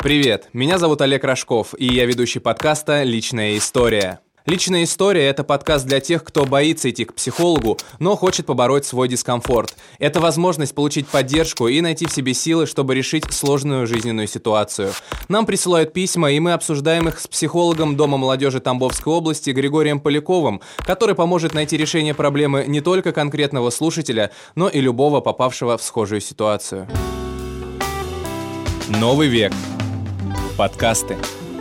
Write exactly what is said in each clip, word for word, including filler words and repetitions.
Привет, меня зовут Олег Рожков, и я ведущий подкаста «Личная история». «Личная история» — это подкаст для тех, кто боится идти к психологу, но хочет побороть свой дискомфорт. Это возможность получить поддержку и найти в себе силы, чтобы решить сложную жизненную ситуацию. Нам присылают письма, и мы обсуждаем их с психологом Дома молодежи Тамбовской области Григорием Поляковым, который поможет найти решение проблемы не только конкретного слушателя, но и любого попавшего в схожую ситуацию. Новый век. Подкасты.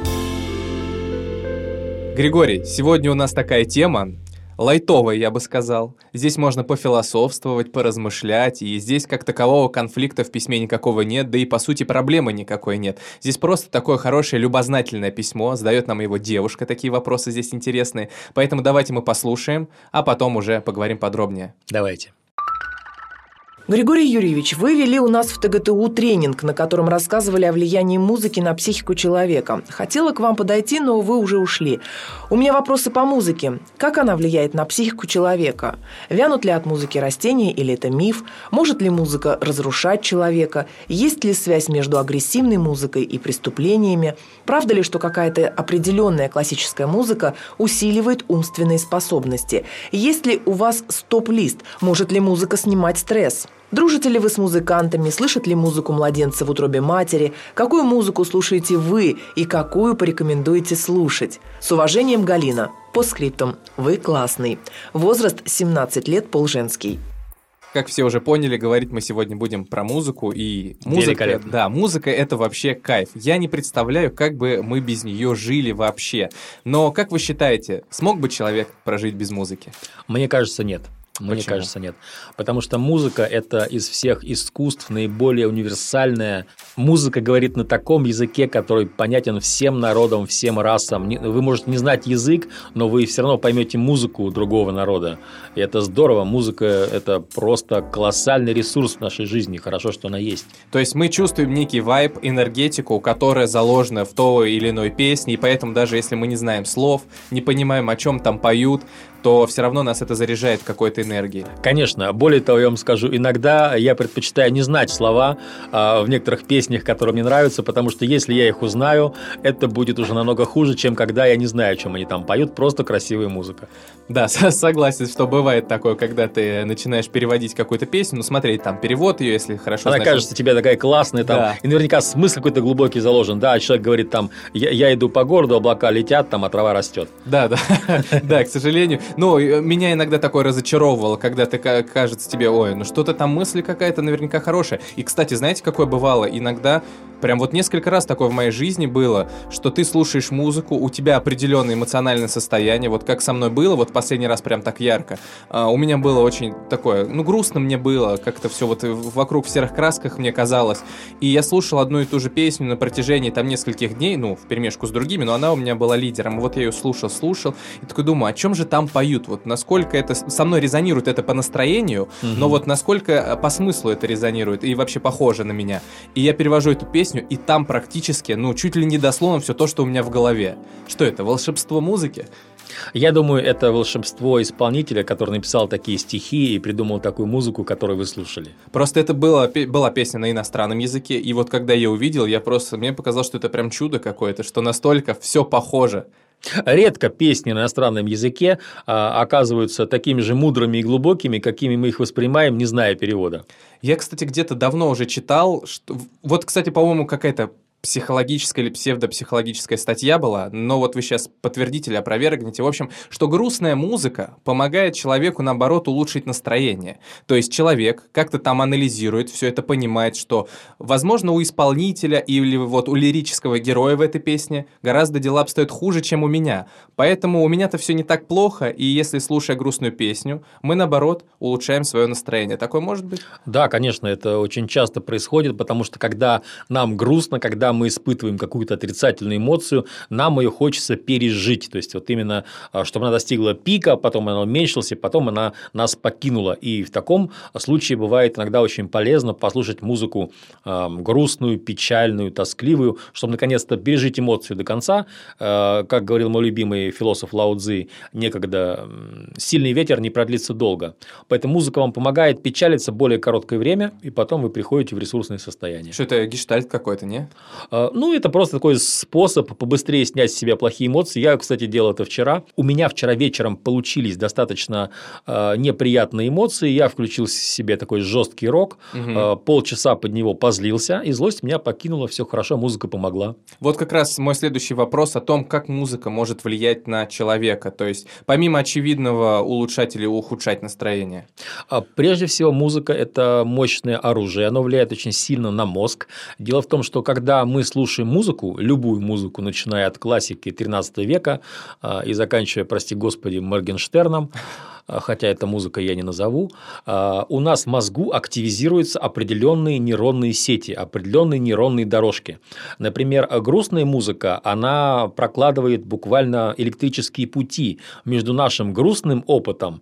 Григорий, сегодня у нас такая тема, лайтовая, я бы сказал. Здесь можно пофилософствовать, поразмышлять, и здесь как такового конфликта в письме никакого нет, да и по сути проблемы никакой нет. Здесь просто такое хорошее любознательное письмо, задает нам его девушка, такие вопросы здесь интересные. Поэтому давайте мы послушаем, а потом уже поговорим подробнее. Давайте. Григорий Юрьевич, вы вели у нас в ТГТУ тренинг, на котором рассказывали о влиянии музыки на психику человека. Хотела к вам подойти, но вы уже ушли. У меня вопросы по музыке. Как она влияет на психику человека? Вянут ли от музыки растения или это миф? Может ли музыка разрушать человека? Есть ли связь между агрессивной музыкой и преступлениями? Правда ли, что какая-то определенная классическая музыка усиливает умственные способности? Есть ли у вас стоп-лист? Может ли музыка снимать стресс? Дружите ли вы с музыкантами? Слышат ли музыку младенца в утробе матери? Какую музыку слушаете вы и какую порекомендуете слушать? С уважением, Галина. По скриптум. Вы классный. Возраст семнадцать лет, пол женский. Как все уже поняли, говорить мы сегодня будем про музыку, и музыка, да, музыка — это вообще кайф. Я не представляю, как бы мы без нее жили вообще. Но как вы считаете, смог бы человек прожить без музыки? Мне кажется, нет. Мне Почему? кажется, нет. Потому что музыка – это из всех искусств наиболее универсальная. Музыка говорит на таком языке, который понятен всем народам, всем расам. Вы можете не знать язык, но вы все равно поймете музыку другого народа. И это здорово. Музыка – это просто колоссальный ресурс в нашей жизни. Хорошо, что она есть. То есть мы чувствуем некий вайб, энергетику, которая заложена в той или иной песне, и поэтому даже если мы не знаем слов, не понимаем, о чем там поют, то все равно нас это заряжает какой-то энергией. Конечно. Более того, я вам скажу, иногда я предпочитаю не знать слова а, в некоторых песнях, которые мне нравятся, потому что если я их узнаю, это будет уже намного хуже, чем когда я не знаю, о чем они там поют, просто красивая музыка. Да, согласен, что бывает такое, когда ты начинаешь переводить какую-то песню, ну, смотреть там перевод ее, если хорошо Она знаешь. кажется тебе такая классная, там, да. И наверняка смысл какой-то глубокий заложен. Да, человек говорит там, я, я иду по городу, облака летят, там, а трава растет. Да, да, да, к сожалению. Ну, меня иногда такое разочаровывало, когда ты, кажется тебе, ой, ну что-то там мысль какая-то наверняка хорошая. И, кстати, знаете, какое бывало? Иногда, прям вот несколько раз такое в моей жизни было, что ты слушаешь музыку, у тебя определенное эмоциональное состояние, вот как со мной было, вот последний раз прям так ярко. А, у меня было очень такое, ну, грустно мне было, как-то все вот вокруг в серых красках мне казалось. И я слушал одну и ту же песню на протяжении там нескольких дней, ну, вперемешку с другими, но она у меня была лидером. Вот я ее слушал, слушал, и такой думаю, о чем же там поют? Вот насколько это со мной резонирует это по настроению, mm-hmm. но вот насколько по смыслу это резонирует и вообще похоже на меня. И я перевожу эту песню, и там практически, ну, чуть ли не дословно все то, что у меня в голове. Что это, волшебство музыки? Я думаю, это волшебство исполнителя, который написал такие стихи и придумал такую музыку, которую вы слушали. Просто это было, была песня на иностранном языке, и вот когда я увидел, я просто, мне показалось, что это прям чудо какое-то, что настолько все похоже. Редко песни на иностранном языке а, оказываются такими же мудрыми и глубокими, какими мы их воспринимаем, не зная перевода. Я, кстати, где-то давно уже читал, что... вот, кстати, по-моему, какая-то психологическая или псевдопсихологическая статья была, но вот вы сейчас подтвердите или опровергнете, в общем, что грустная музыка помогает человеку, наоборот, улучшить настроение. То есть человек как-то там анализирует, все это понимает, что, возможно, у исполнителя или вот у лирического героя в этой песне гораздо дела обстоят хуже, чем у меня. Поэтому у меня-то все не так плохо, и если, слушая грустную песню, мы, наоборот, улучшаем свое настроение. Такое может быть? Да, конечно, это очень часто происходит, потому что когда нам грустно, когда мы испытываем какую-то отрицательную эмоцию, нам ее хочется пережить. То есть, вот именно, чтобы она достигла пика, потом она уменьшилась, и потом она нас покинула. И в таком случае бывает иногда очень полезно послушать музыку э, грустную, печальную, тоскливую, чтобы наконец-то пережить эмоцию до конца. Э, как говорил мой любимый философ Лао Цзи, некогда сильный ветер не продлится долго. Поэтому музыка вам помогает печалиться более короткое время, и потом вы приходите в ресурсное состояние. Что это, гештальт какой-то, не? Ну, это просто такой способ побыстрее снять с себя плохие эмоции. Я, кстати, делал это вчера. У меня вчера вечером получились достаточно неприятные эмоции. Я включил себе такой жесткий рок, угу. полчаса под него позлился, и злость меня покинула, все хорошо, музыка помогла. Вот как раз мой следующий вопрос о том, как музыка может влиять на человека. То есть, помимо очевидного улучшать или ухудшать настроение. Прежде всего, музыка – это мощное оружие. Оно влияет очень сильно на мозг. Дело в том, что когда мы слушаем музыку, любую музыку, начиная от классики тринадцатого века и заканчивая, прости господи, Моргенштерном, хотя эта музыка я не назову, у нас в мозгу активизируются определенные нейронные сети, определенные нейронные дорожки. Например, грустная музыка, она прокладывает буквально электрические пути между нашим грустным опытом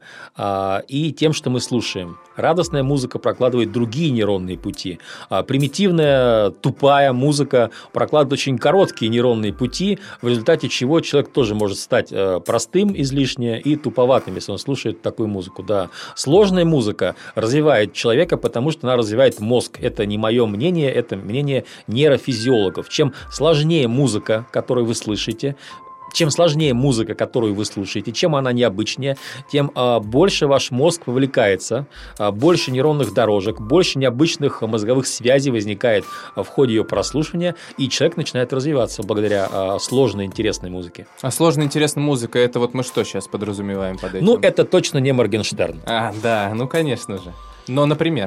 и тем, что мы слушаем. Радостная музыка прокладывает другие нейронные пути. Примитивная, тупая музыка прокладывает очень короткие нейронные пути, в результате чего человек тоже может стать простым излишне и туповатым, если он слушает такую музыку. Да. Сложная музыка развивает человека, потому что она развивает мозг. Это не мое мнение, это мнение нейрофизиологов. Чем сложнее музыка, которую вы слышите, чем сложнее музыка, которую вы слушаете, чем она необычнее, тем а, больше ваш мозг вовлекается, а, больше нейронных дорожек, больше необычных мозговых связей возникает в ходе ее прослушивания, и человек начинает развиваться благодаря а, сложной, интересной музыке. А сложная, интересная музыка, это вот мы что сейчас подразумеваем под этим? Ну, это точно не Моргенштерн. А, да, ну, конечно же. Но, например...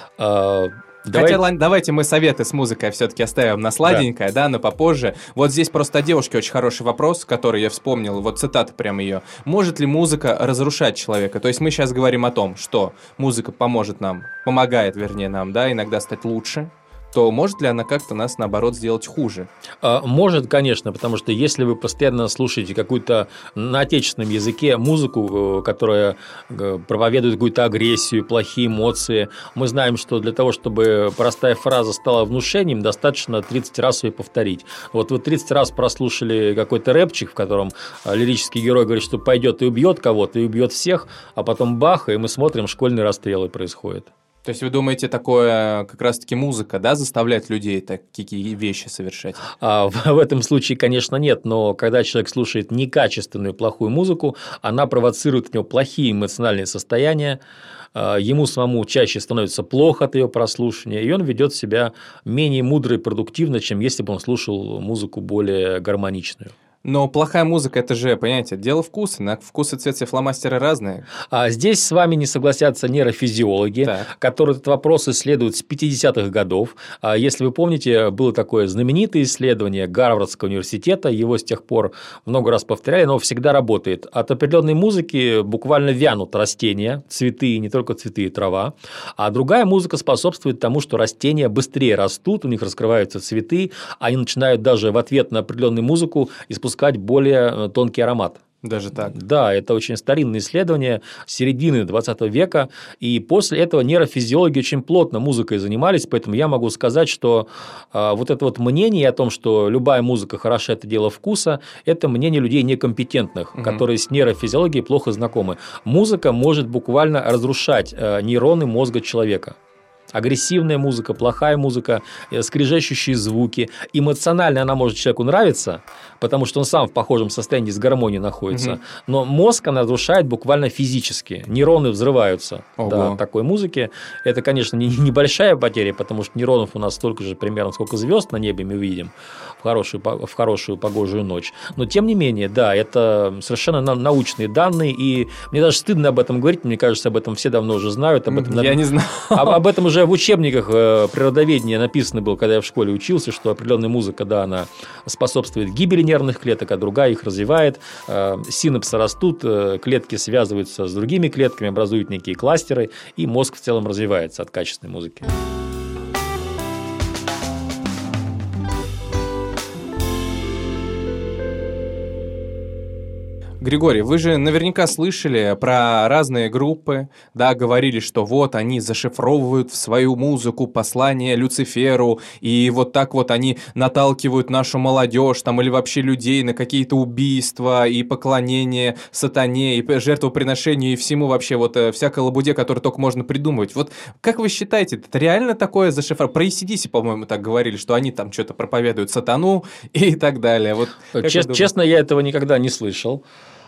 А, Давай... Хотя давайте мы советы с музыкой все-таки оставим на сладенькое, да. да, но попозже. Вот здесь просто от девушки очень хороший вопрос, который я вспомнил, вот цитата прям ее. Может ли музыка разрушать человека? То есть мы сейчас говорим о том, что музыка поможет нам, помогает, вернее, нам, да, иногда стать лучше, то может ли она как-то нас, наоборот, сделать хуже? Может, конечно, потому что если вы постоянно слушаете какую-то на отечественном языке музыку, которая проповедует какую-то агрессию, плохие эмоции, мы знаем, что для того, чтобы простая фраза стала внушением, достаточно тридцать раз ее повторить. Вот вы тридцать раз прослушали какой-то рэпчик, в котором лирический герой говорит, что пойдет и убьет кого-то, и убьет всех, а потом бах, и мы смотрим, школьные расстрелы происходят. То есть вы думаете, такое как раз-таки музыка, да, заставляет людей такие вещи совершать? А, в, в этом случае, конечно, нет, но когда человек слушает некачественную плохую музыку, она провоцирует в него плохие эмоциональные состояния, ему самому чаще становится плохо от ее прослушивания, и он ведет себя менее мудро и продуктивно, чем если бы он слушал музыку более гармоничную. Но плохая музыка, это же, понимаете, дело вкуса. На вкус и цвет все фломастеры разные. А здесь с вами не согласятся нейрофизиологи, так. которые этот вопрос исследуют с пятидесятых годов. Если вы помните, было такое знаменитое исследование Гарвардского университета, его с тех пор много раз повторяли, но всегда работает. От определенной музыки буквально вянут растения, цветы, не только цветы и трава, а другая музыка способствует тому, что растения быстрее растут, у них раскрываются цветы, они начинают даже в ответ на определенную музыку испускать более тонкий аромат. Даже так? Да, это очень старинное исследование середины двадцатого века, и после этого нейрофизиологи очень плотно музыкой занимались, поэтому я могу сказать, что а, вот это вот мнение о том, что любая музыка хороша, это дело вкуса, это мнение людей некомпетентных, угу. которые с нейрофизиологией плохо знакомы. Музыка может буквально разрушать а, нейроны мозга человека. Агрессивная музыка, плохая музыка, скрежещущие звуки. Эмоционально она может человеку нравиться, потому что он сам в похожем состоянии с гармонией находится. Угу. Но мозг она разрушает буквально физически. Нейроны взрываются до такой музыки. Это, конечно, не, небольшая потеря, потому что нейронов у нас столько же примерно, сколько звезд на небе мы видим в хорошую, в хорошую погожую ночь. Но, тем не менее, да, это совершенно научные данные. И мне даже стыдно об этом говорить. Мне кажется, об этом все давно уже знают. Об этом, я не знаю. Об, об этом уже в учебниках природоведения написано было, когда я в школе учился, что определенная музыка, да, она способствует гибели нервных клеток, а другая их развивает. Синапсы растут, клетки связываются с другими клетками, образуют некие кластеры, и мозг в целом развивается от качественной музыки. Григорий, вы же наверняка слышали про разные группы, да, говорили, что вот они зашифровывают в свою музыку послание Люциферу, и вот так вот они наталкивают нашу молодежь там или вообще людей на какие-то убийства и поклонение сатане, и жертвоприношению, и всему вообще вот всякой лабуде, которую только можно придумывать. Вот как вы считаете, это реально такое зашифрование? Про эй си ди си, по-моему, так говорили, что они там что-то проповедуют сатану и так далее. Вот, Чест, честно, я этого никогда не слышал.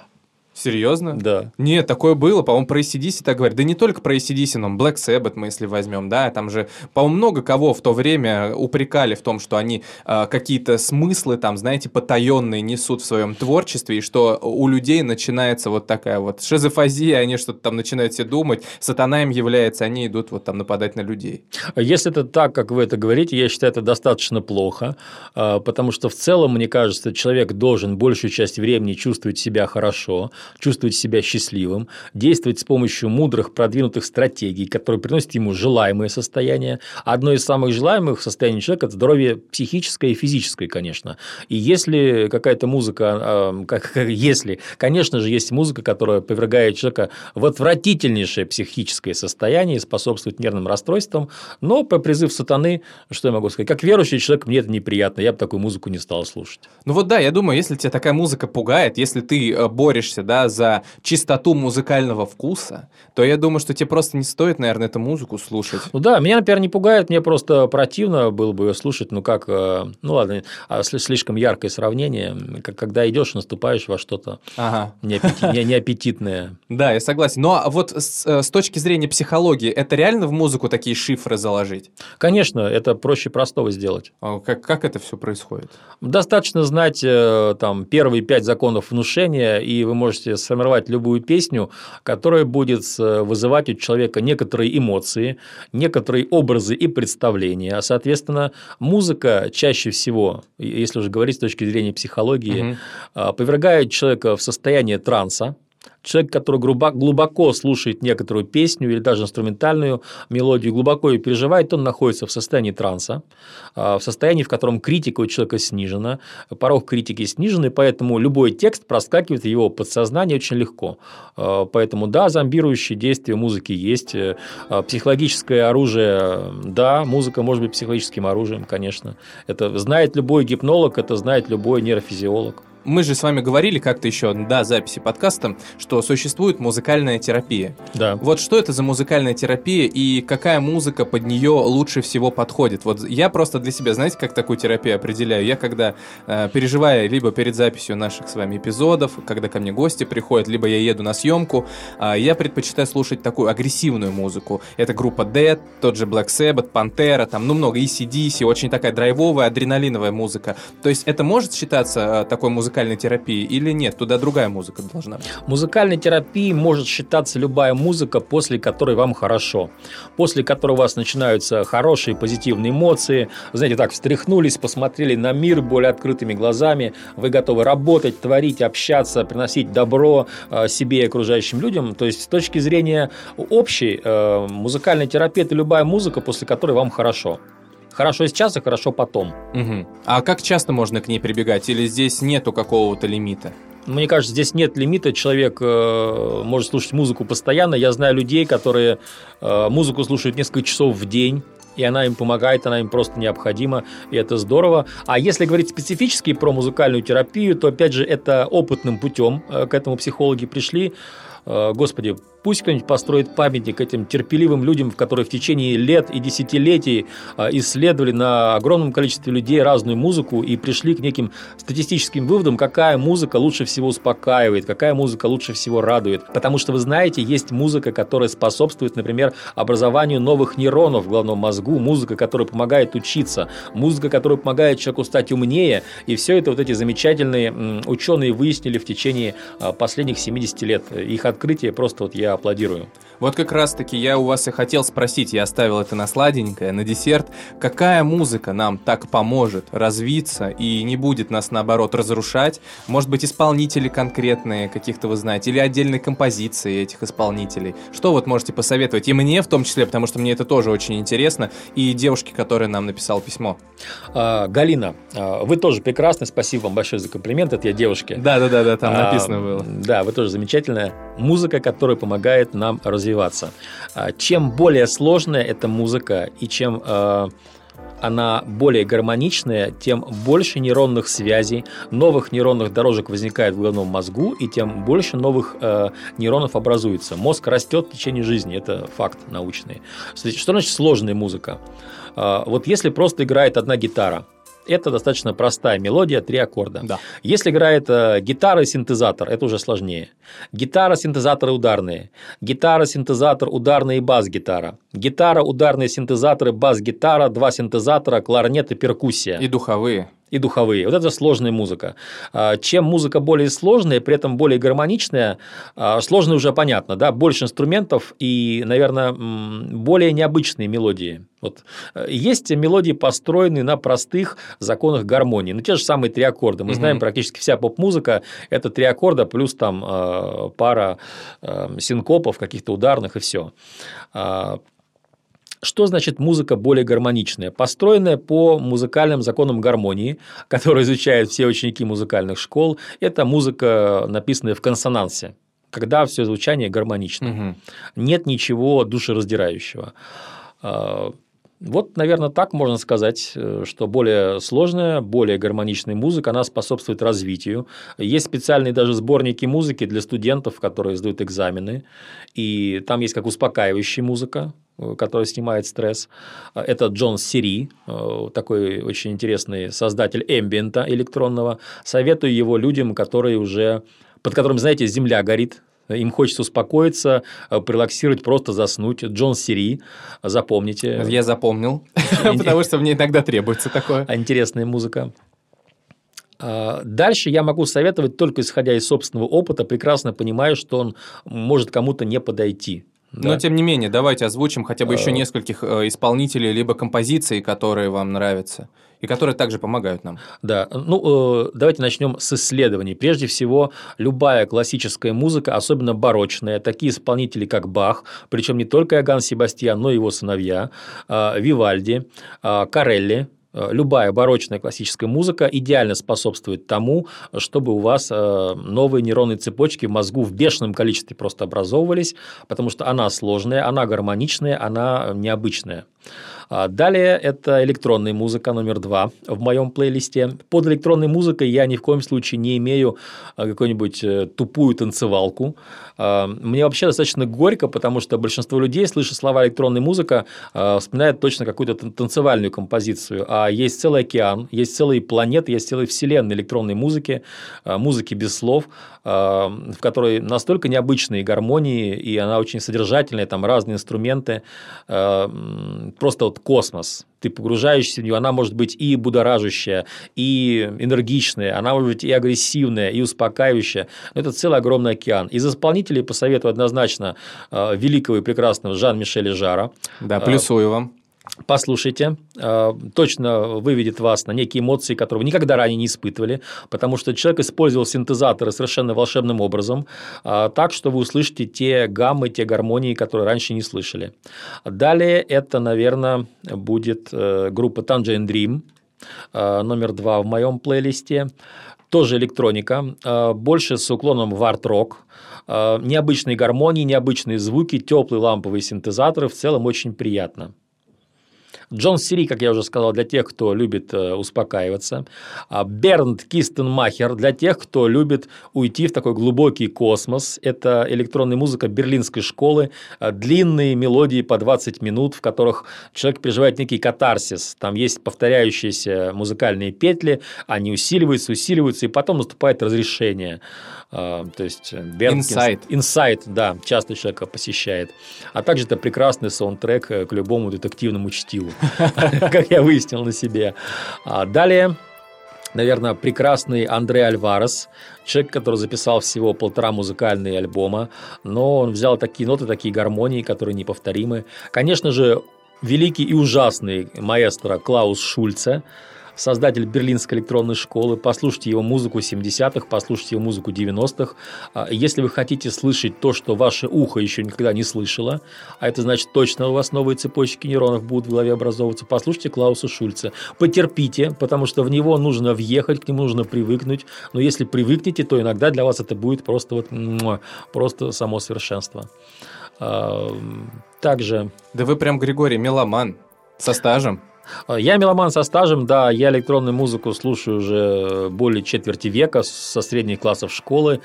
Серьезно? Да. Нет, такое было, по-моему, про эй си ди си так говорят. Да не только про эй си ди си, но Black Sabbath мы если возьмем, да, там же, по-моему, много кого в то время упрекали в том, что они э, какие-то смыслы там, знаете, потаенные несут в своем творчестве, и что у людей начинается вот такая вот шизофазия, они что-то там начинают себе думать, сатана им является, они идут вот там нападать на людей. Если это так, как вы это говорите, я считаю, это достаточно плохо, потому что в целом, мне кажется, человек должен большую часть времени чувствовать себя хорошо, чувствовать себя счастливым, действовать с помощью мудрых, продвинутых стратегий, которые приносят ему желаемое состояние. Одно из самых желаемых состояний человека – это здоровье психическое и физическое, конечно. И если какая-то музыка, как, если, конечно же, есть музыка, которая повергает человека в отвратительнейшее психическое состояние и способствует нервным расстройствам, но по призыв сатаны, что я могу сказать, как верующий человек, мне это неприятно, я бы такую музыку не стал слушать. Ну вот да, я думаю, если тебя такая музыка пугает, если ты борешься, да, за чистоту музыкального вкуса, то я думаю, что тебе просто не стоит, наверное, эту музыку слушать. Ну да, меня, например, не пугает, мне просто противно было бы ее слушать, ну как, ну ладно, слишком яркое сравнение, как когда идешь, наступаешь во что-то ага. неаппетитное. Да, я согласен. Но вот с, с точки зрения психологии, это реально в музыку такие шифры заложить? Конечно, это проще простого сделать. А как, как это все происходит? Достаточно знать там первые пять законов внушения, и вы можете сформировать любую песню, которая будет вызывать у человека некоторые эмоции, некоторые образы и представления. А, соответственно, музыка чаще всего, если уже говорить с точки зрения психологии, угу. повергает человека в состояние транса. Человек, который глубоко слушает некоторую песню или даже инструментальную мелодию, глубоко ее переживает, он находится в состоянии транса, в состоянии, в котором критика у человека снижена, порог критики снижен, и поэтому любой текст проскакивает в его подсознание очень легко. Поэтому, да, зомбирующие действия музыки есть, психологическое оружие, да, музыка может быть психологическим оружием, конечно. Это знает любой гипнолог, это знает любой нейрофизиолог. Мы же с вами говорили как-то еще до записи подкаста, что существует музыкальная терапия. Да. Вот что это за музыкальная терапия и какая музыка под нее лучше всего подходит? Вот я просто для себя, знаете, как такую терапию определяю? Я когда э, переживаю либо перед записью наших с вами эпизодов, когда ко мне гости приходят, либо я еду на съемку, э, я предпочитаю слушать такую агрессивную музыку. Это группа Dead, тот же Black Sabbath, Pantera, там, ну, много эй си ди си, очень такая драйвовая, адреналиновая музыка. То есть это может считаться э, такой музыкальной музыкальной терапии или нет? Туда другая музыка должна быть. Музыкальной терапией может считаться любая музыка, после которой вам хорошо. После которой у вас начинаются хорошие позитивные эмоции. Знаете, так встряхнулись, посмотрели на мир более открытыми глазами. Вы готовы работать, творить, общаться, приносить добро себе и окружающим людям. То есть, с точки зрения общей, музыкальная терапия – это любая музыка, после которой вам хорошо. Хорошо сейчас и хорошо потом. Угу. А как часто можно к ней прибегать? Или здесь нету какого-то лимита? Мне кажется, здесь нет лимита. Человек э, может слушать музыку постоянно. Я знаю людей, которые э, музыку слушают несколько часов в день. И она им помогает, она им просто необходима, и это здорово. А если говорить специфически про музыкальную терапию, то, опять же, это опытным путем к этому психологи пришли. Господи, пусть кто-нибудь построит памятник этим терпеливым людям, которые в течение лет и десятилетий исследовали на огромном количестве людей разную музыку и пришли к неким статистическим выводам, какая музыка лучше всего успокаивает, какая музыка лучше всего радует. Потому что, вы знаете, есть музыка, которая способствует, например, образованию новых нейронов в головном мозгу, музыка, которая помогает учиться, музыка, которая помогает человеку стать умнее. И все это вот эти замечательные ученые выяснили в течение последних семидесяти лет. Их открытие просто вот я аплодирую. Вот как раз-таки я у вас и хотел спросить, я оставил это на сладенькое, на десерт. Какая музыка нам так поможет развиться и не будет нас, наоборот, разрушать? Может быть, исполнители конкретные каких-то вы знаете, или отдельные композиции этих исполнителей? Что вот можете посоветовать? И мне в том числе, потому что мне это тоже очень интересно, и девушке, которая нам написала письмо. А, Галина, вы тоже прекрасны, спасибо вам большое за комплимент, это я девушке. Да-да-да, там написано а, было. Да, вы тоже замечательная. Музыка, которая помогает нам развиваться. Чем более сложная эта музыка и чем э, она более гармоничная, тем больше нейронных связей, новых нейронных дорожек возникает в головном мозгу, и тем больше новых э, нейронов образуется. Мозг растет в течение жизни, это факт научный. Что значит сложная музыка? Э, вот если просто играет одна гитара, это достаточно простая мелодия, три аккорда. Да. Если играет э, гитара и синтезатор, это уже сложнее. Гитара, синтезаторы ударные. Гитара, синтезатор, ударная и бас-гитара. Гитара, ударные синтезаторы, бас-гитара, два синтезатора, кларнет и перкуссия. И духовые. И духовые. Вот это сложная музыка. Чем музыка более сложная, при этом более гармоничная, сложная уже понятно, да, больше инструментов и, наверное, более необычные мелодии. Вот. Есть мелодии, построенные на простых законах гармонии. Ну, те же самые три аккорда. Мы угу. знаем, практически вся поп-музыка – это три аккорда плюс там э, пара э, синкопов, каких-то ударных и все. Что значит музыка более гармоничная? Построенная по музыкальным законам гармонии, которые изучают все ученики музыкальных школ, это музыка, написанная в консонансе, когда все звучание гармонично. Угу. Нет ничего душераздирающего. Вот, наверное, так можно сказать, что более сложная, более гармоничная музыка, она способствует развитию. Есть специальные даже сборники музыки для студентов, которые сдают экзамены, и там есть как успокаивающая музыка, который снимает стресс. Это Джон Сири, такой очень интересный создатель эмбиента электронного. Советую его людям, которые уже, под которыми, знаете, земля горит. Им хочется успокоиться, прелаксировать, просто заснуть. Джон Сири, запомните. Я запомнил, потому что мне иногда требуется такое. Интересная музыка. Дальше я могу советовать только исходя из собственного опыта, прекрасно понимая, что он может кому-то не подойти. Да. Но, тем не менее, давайте озвучим хотя бы еще нескольких исполнителей либо композиций, которые вам нравятся и которые также помогают нам. Да, ну, давайте начнем с исследований. Прежде всего, любая классическая музыка, особенно барочная, такие исполнители, как Бах, причем не только Иоганн Себастьян, но и его сыновья, Вивальди, Корелли. Любая барочная классическая музыка идеально способствует тому, чтобы у вас новые нейронные цепочки в мозгу в бешеном количестве просто образовывались, потому что она сложная, она гармоничная, она необычная. Далее это электронная музыка номер два в моем плейлисте. Под электронной музыкой я ни в коем случае не имею какую-нибудь тупую танцевалку. Мне вообще достаточно горько, потому что большинство людей, слыша слова электронная музыка, вспоминают точно какую-то танцевальную композицию. А есть целый океан, есть целые планеты, есть целые вселенные электронной музыки, музыки без слов, в которой настолько необычные гармонии, и она очень содержательная, там разные инструменты, просто вот космос. Ты погружаешься в нее, она может быть и будоражащая, и энергичная, она может быть и агрессивная, и успокаивающая. Но это целый огромный океан. Из исполнителей посоветую однозначно великого и прекрасного Жан-Мишеля Жарра. Да, плюсую вам. Послушайте, точно выведет вас на некие эмоции, которые вы никогда ранее не испытывали, потому что человек использовал синтезаторы совершенно волшебным образом, так что вы услышите те гаммы, те гармонии, которые раньше не слышали. Далее это, наверное, будет группа Tangerine Dream, номер два в моем плейлисте. Тоже электроника, больше с уклоном в арт-рок. Необычные гармонии, необычные звуки, теплые ламповые синтезаторы. В целом очень приятно. Джон Сири, как я уже сказал, для тех, кто любит успокаиваться. Бернд Кистенмахер для тех, кто любит уйти в такой глубокий космос. Это электронная музыка берлинской школы, длинные мелодии по двадцать минут, в которых человек переживает некий катарсис. Там есть повторяющиеся музыкальные петли, они усиливаются, усиливаются, и потом наступает разрешение. То есть инсайт. Инсайт, да, часто человека посещает. А также это прекрасный саундтрек к любому детективному чтиву, как я выяснил на себе. Далее наверное, прекрасный Андре Альварес, человек, который записал всего полтора музыкальные альбома, но он взял такие ноты, такие гармонии, которые неповторимы. Конечно же, великий и ужасный маэстро Клаус Шульце, создатель Берлинской электронной школы. Послушайте его музыку семидесятых, послушайте его музыку девяностых. Если вы хотите слышать то, что ваше ухо еще никогда не слышало, а это значит, точно у вас новые цепочки нейронов будут в голове образовываться, послушайте Клауса Шульца. Потерпите, потому что в него нужно въехать, к нему нужно привыкнуть. Но если привыкнете, то иногда для вас это будет просто, вот, просто само совершенство. Также... Да вы прям, Григорий, меломан со стажем. Я меломан со стажем, да, я электронную музыку слушаю уже более четверти века, со средних классов школы.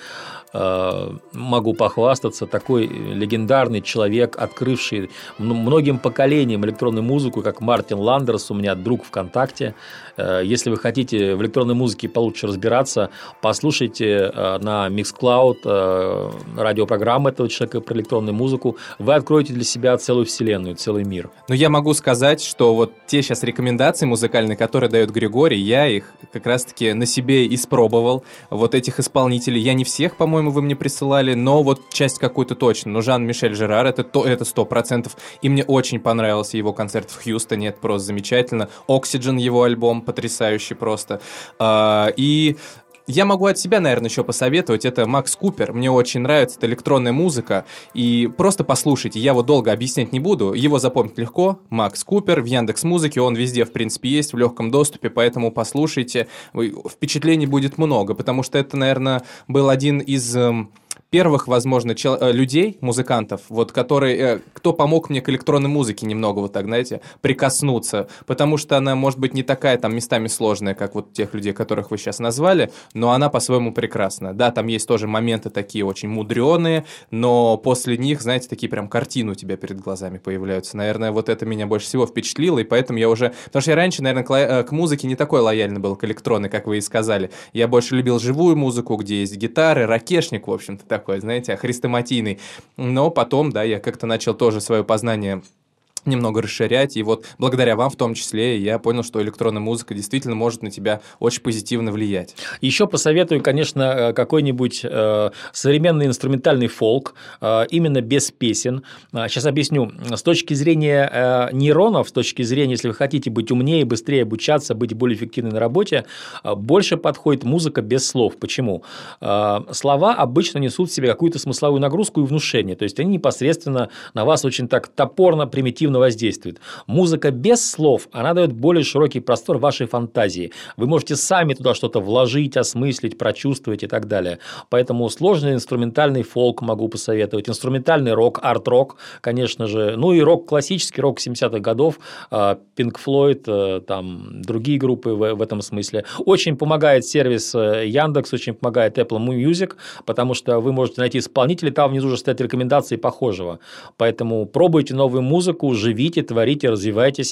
Могу похвастаться, такой легендарный человек, открывший многим поколениям электронную музыку, как Мартин Ландерс, у меня друг ВКонтакте. Если вы хотите в электронной музыке получше разбираться, послушайте на Mixcloud радиопрограмму этого человека про электронную музыку, вы откроете для себя целую вселенную, целый мир. Но я могу сказать, что вот те сейчас рекомендации музыкальные, которые дает Григорий, я их как раз-таки на себе испробовал. Вот этих исполнителей, я не всех, по-моему, вы мне присылали, но вот часть какую-то точно. Ну, Жан-Мишель Жерар, это то, это сто процентов. И мне очень понравился его концерт в Хьюстоне, это просто замечательно. Oxygen, его альбом, потрясающий просто. И... Я могу от себя, наверное, еще посоветовать. Это Макс Купер. Мне очень нравится. Это электронная музыка. И просто послушайте. Я вот долго объяснять не буду. Его запомнить легко. Макс Купер в Яндекс.Музыке. Он везде, в принципе, есть в легком доступе. Поэтому послушайте. Впечатлений будет много. Потому что это, наверное, был один из... первых, возможно, чел- людей, музыкантов, вот, которые, э, кто помог мне к электронной музыке немного, вот так, знаете, прикоснуться, потому что она, может быть, не такая там местами сложная, как вот тех людей, которых вы сейчас назвали, но она по-своему прекрасна. Да, там есть тоже моменты такие очень мудреные, но после них, знаете, такие прям картины у тебя перед глазами появляются. Наверное, вот это меня больше всего впечатлило, и поэтому я уже... Потому что я раньше, наверное, к, к музыке не такой лояльный был, к электронной, как вы и сказали. Я больше любил живую музыку, где есть гитары, ракешник, в общем-то, такой, знаете, хрестоматийный. Но потом, да, я как-то начал тоже свое познание немного расширять, и вот благодаря вам в том числе я понял, что электронная музыка действительно может на тебя очень позитивно влиять. Еще посоветую, конечно, какой-нибудь э, современный инструментальный фолк, э, именно без песен. Сейчас объясню. С точки зрения э, нейронов, с точки зрения, если вы хотите быть умнее, быстрее обучаться, быть более эффективной на работе, э, больше подходит музыка без слов. Почему? Э, слова обычно несут в себе какую-то смысловую нагрузку и внушение, то есть они непосредственно на вас очень так топорно, примитивно воздействует. Музыка без слов, она дает более широкий простор вашей фантазии. Вы можете сами туда что-то вложить, осмыслить, прочувствовать и так далее. Поэтому сложный инструментальный фолк могу посоветовать, инструментальный рок, арт-рок, конечно же, ну и рок классический, рок семидесятых годов, Pink Floyd, там другие группы в, в этом смысле. Очень помогает сервис Яндекс, очень помогает Apple Music, потому что вы можете найти исполнителей, там внизу уже стоят рекомендации похожего. Поэтому пробуйте новую музыку, живите, творите, развивайтесь.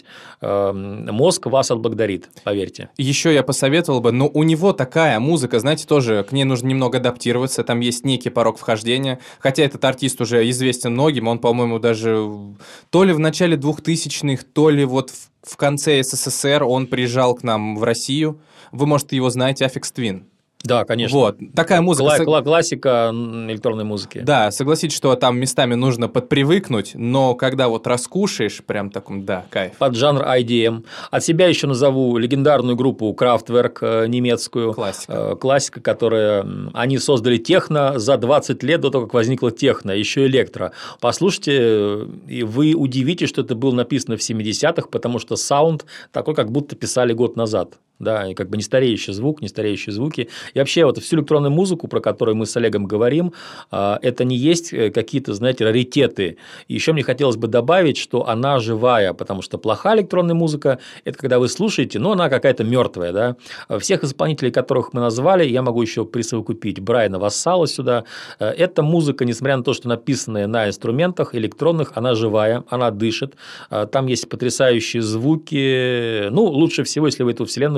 Мозг вас отблагодарит, поверьте. Еще я посоветовал бы, но у него такая музыка, знаете, тоже к ней нужно немного адаптироваться, там есть некий порог вхождения, хотя этот артист уже известен многим, он, по-моему, даже то ли в начале двухтысячных, то ли вот в, в конце СССР он приезжал к нам в Россию, вы, может, его знаете, Aphex Twin. Да, конечно. Вот. Такая музыка. Кла- классика электронной музыки. Да, согласитесь, что там местами нужно подпривыкнуть, но когда вот раскушаешь, прям таком, да, кайф. Под жанр ай ди эм. От себя еще назову легендарную группу Kraftwerk немецкую. Классика. Классика, которая... Они создали техно за двадцать лет до того, как возникла техно, еще электро. Послушайте, и вы удивитесь, что это было написано в семидесятых, потому что саунд такой, как будто писали год назад. Да, и как бы не стареющий звук, не стареющие звуки. И вообще вот всю электронную музыку, про которую мы с Олегом говорим, это не есть какие-то, знаете, раритеты. И еще мне хотелось бы добавить, что она живая, потому что плохая электронная музыка – это когда вы слушаете, но она какая-то мертвая. Да? Всех исполнителей, которых мы назвали, я могу еще присовокупить Брайана Вассала сюда. Эта музыка, несмотря на то, что написанная на инструментах электронных, она живая, она дышит. Там есть потрясающие звуки. Ну, лучше всего, если вы эту вселенную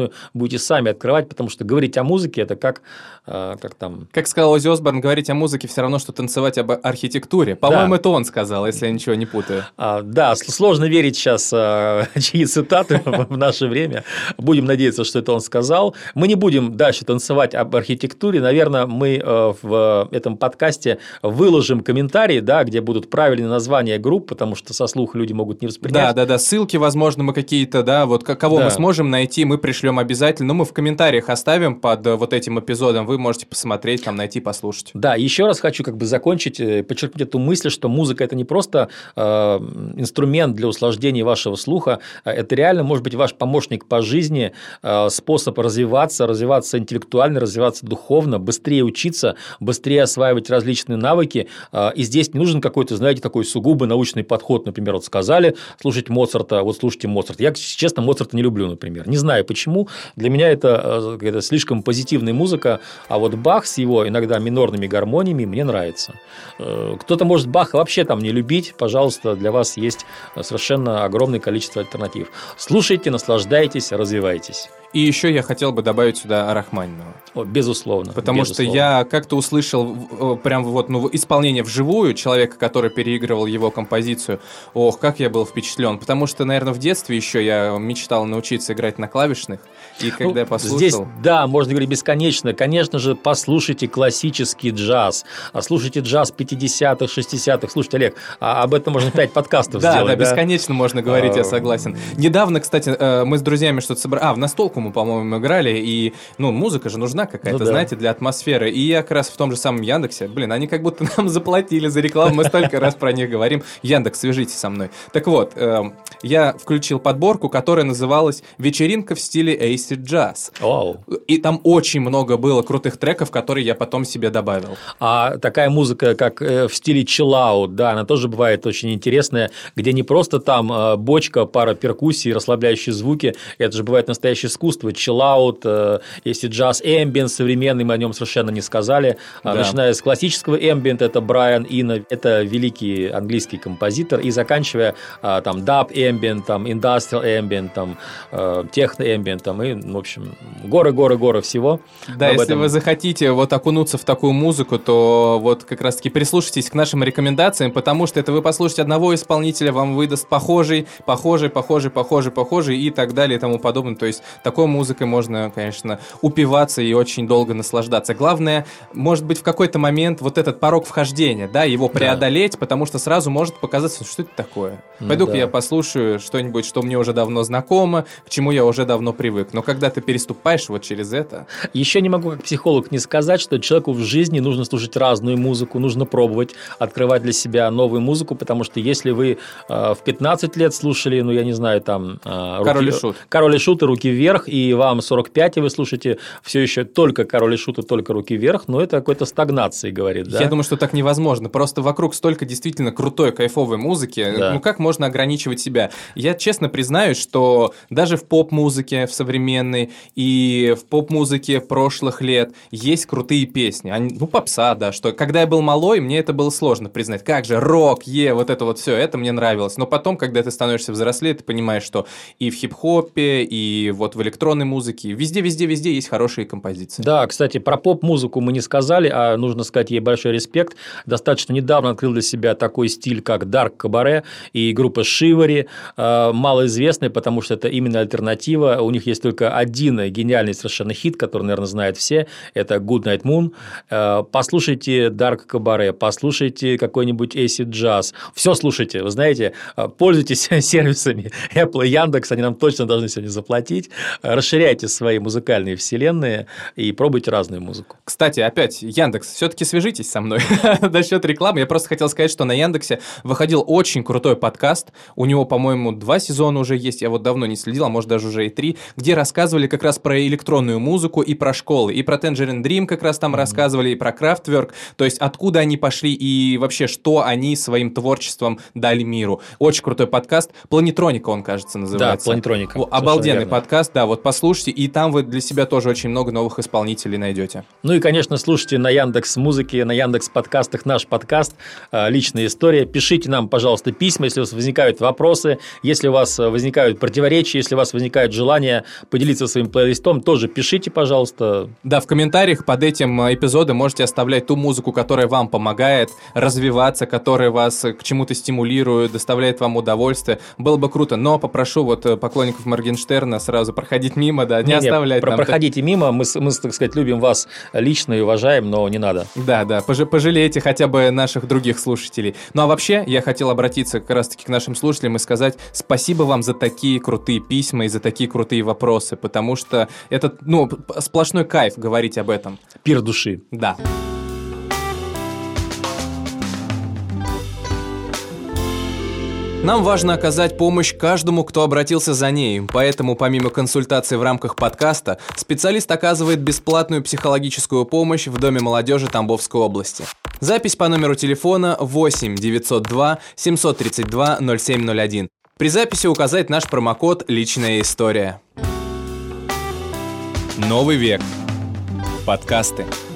информацию будете сами открывать, потому что говорить о музыке – это как, как там… Как сказал Оззи Осборн, говорить о музыке все равно, что танцевать об архитектуре. По-моему, да. Это он сказал, если я ничего не путаю. А, да, сложно верить сейчас, а, чьи цитаты в наше время. Будем надеяться, что это он сказал. Мы не будем дальше танцевать об архитектуре. Наверное, мы в этом подкасте выложим комментарии, да, где будут правильные названия групп, потому что со слуха люди могут не воспринять. Да, да, да. Ссылки, возможно, мы какие-то, да, вот кого да. мы сможем найти, мы пришлем обязательно. Но мы в комментариях оставим под вот этим эпизодом. Вы можете посмотреть, там найти, послушать. Да, еще раз хочу как бы закончить, подчеркнуть эту мысль, что музыка – это не просто э, инструмент для усложнения вашего слуха, это реально может быть ваш помощник по жизни, э, способ развиваться, развиваться интеллектуально, развиваться духовно, быстрее учиться, быстрее осваивать различные навыки. Э, и здесь не нужен какой-то, знаете, такой сугубо научный подход. Например, вот сказали слушать Моцарта, вот слушайте Моцарта. Я, честно, Моцарта не люблю, например. Не знаю почему. Для меня это, э, это слишком позитивная музыка, а вот Бах с его иногда минорными гармониями мне нравится. Э, кто-то может Баха вообще там не любить, пожалуйста, для вас есть совершенно огромное количество альтернатив. Слушайте, наслаждайтесь, развивайтесь. И еще я хотел бы добавить сюда Рахманинова. О, безусловно. Потому безусловно. что я как-то услышал прям вот ну, исполнение вживую человека, который переигрывал его композицию. Ох, как я был впечатлен. Потому что, наверное, в детстве еще я мечтал научиться играть на клавишных. И когда ну, я послушал... Здесь, да, можно говорить бесконечно. Конечно же, послушайте классический джаз. Слушайте джаз пятидесятых, шестидесятых. Слушайте, Олег, а об этом можно пять подкастов сделать. Да, да, бесконечно можно говорить, я согласен. Недавно, кстати, мы с друзьями что-то собрали... А, в настолку мы, по-моему, играли, и, ну, музыка же нужна какая-то, ну, да. знаете, для атмосферы. И я как раз в том же самом Яндексе, блин, они как будто нам заплатили за рекламу, мы столько раз про них говорим. Яндекс, свяжитесь со мной. Так вот, э, я включил подборку, которая называлась «Вечеринка в стиле acid jazz». Вау. И там очень много было крутых треков, которые я потом себе добавил. А такая музыка, как в стиле chill-out, да, она тоже бывает очень интересная, где не просто там бочка, пара перкуссий, расслабляющие звуки, это же бывает настоящее искусство. Chill-out, если джаз, эмбиент современный, мы о нем совершенно не сказали. Да. Начиная с классического эмбиента, это Брайан Ино, это великий английский композитор, и заканчивая там даб эмбиент, там индастриал эмбиент, там техно эмбиент, там и, в общем, горы, горы, горы всего. Да, если этом... вы захотите вот окунуться в такую музыку, то вот как раз-таки прислушайтесь к нашим рекомендациям, потому что это вы послушаете одного исполнителя, вам выдаст похожий, похожий, похожий, похожий, похожий и так далее и тому подобное. То есть такой музыкой можно, конечно, упиваться и очень долго наслаждаться. Главное, может быть, в какой-то момент вот этот порог вхождения, да, его преодолеть, да. потому что сразу может показаться, что это такое. Пойду-ка да. я послушаю что-нибудь, что мне уже давно знакомо, к чему я уже давно привык. Но когда ты переступаешь вот через это... Еще не могу как психолог не сказать, что человеку в жизни нужно слушать разную музыку, нужно пробовать, открывать для себя новую музыку, потому что если вы э, в пятнадцать лет слушали, ну, я не знаю, там... Э, руки... Король и Шут. Король и Шут и руки вверх, и вам сорок пять, и вы слушаете все еще только Король и Шут и только руки вверх, но это какой-то стагнации говорит, да? Я думаю, что так невозможно. Просто вокруг столько действительно крутой, кайфовой музыки. Да. Ну, как можно ограничивать себя? Я честно признаюсь, что даже в поп-музыке, в современной, и в поп-музыке прошлых лет есть крутые песни. Они, ну, попса, да, что когда я был малой, мне это было сложно признать. Как же, рок, е, вот это вот все, это мне нравилось. Но потом, когда ты становишься взрослее, ты понимаешь, что и в хип-хопе, и вот в электронной музыке, везде-везде-везде есть хорошие композиции. Да, кстати, про поп-музыку мы не сказали, а нужно сказать ей большой респект. Достаточно недавно открыл для себя такой стиль, как Dark Cabaret и группа Шивари, малоизвестная, потому что это именно альтернатива. У них есть только один гениальный совершенно хит, который, наверное, знают все, это Good Night Moon. Послушайте Dark Cabaret, послушайте какой-нибудь acid jazz. Все слушайте, вы знаете, пользуйтесь сервисами Apple и Яндекс, они нам точно должны сегодня заплатить. Расширяйте свои музыкальные вселенные и пробуйте разную музыку. Кстати, опять, Яндекс, все-таки свяжитесь со мной насчет рекламы. Я просто хотел сказать, что на Яндексе выходил очень крутой подкаст. У него, по-моему, два сезона уже есть. Я вот давно не следил, а может даже уже и три, где рассказывали как раз про электронную музыку и про школы. И про Tangerine Dream как раз там mm-hmm. рассказывали, и про Kraftwerk. То есть, откуда они пошли и вообще, что они своим творчеством дали миру. Очень крутой подкаст. Планетроника он, кажется, называется. Да, Планетроника. Обалденный подкаст, да. Вот вот послушайте, и там вы для себя тоже очень много новых исполнителей найдете. Ну и, конечно, слушайте на Яндекс.Музыке, на Яндекс.Подкастах наш подкаст «Личная история». Пишите нам, пожалуйста, письма, если у вас возникают вопросы, если у вас возникают противоречия, если у вас возникает желание поделиться своим плейлистом, тоже пишите, пожалуйста. Да, в комментариях под этим эпизодом можете оставлять ту музыку, которая вам помогает развиваться, которая вас к чему-то стимулирует, доставляет вам удовольствие. Было бы круто, но попрошу вот поклонников Моргенштерна сразу проходить мимо, да, не, не оставлять не, нам. Проходите мимо, мы, мы, так сказать, любим вас лично и уважаем, но не надо. Да, да, пожалейте хотя бы наших других слушателей. Ну а вообще, я хотел обратиться как раз-таки к нашим слушателям и сказать спасибо вам за такие крутые письма и за такие крутые вопросы, потому что это, ну, сплошной кайф говорить об этом. Пир души. Да. Нам важно оказать помощь каждому, кто обратился за ней, поэтому помимо консультаций в рамках подкаста, специалист оказывает бесплатную психологическую помощь в Доме молодежи Тамбовской области. Запись по номеру телефона восемь девятьсот два семьсот тридцать два ноль семь ноль один. При записи указать наш промокод «Личная история». Новый век. Подкасты.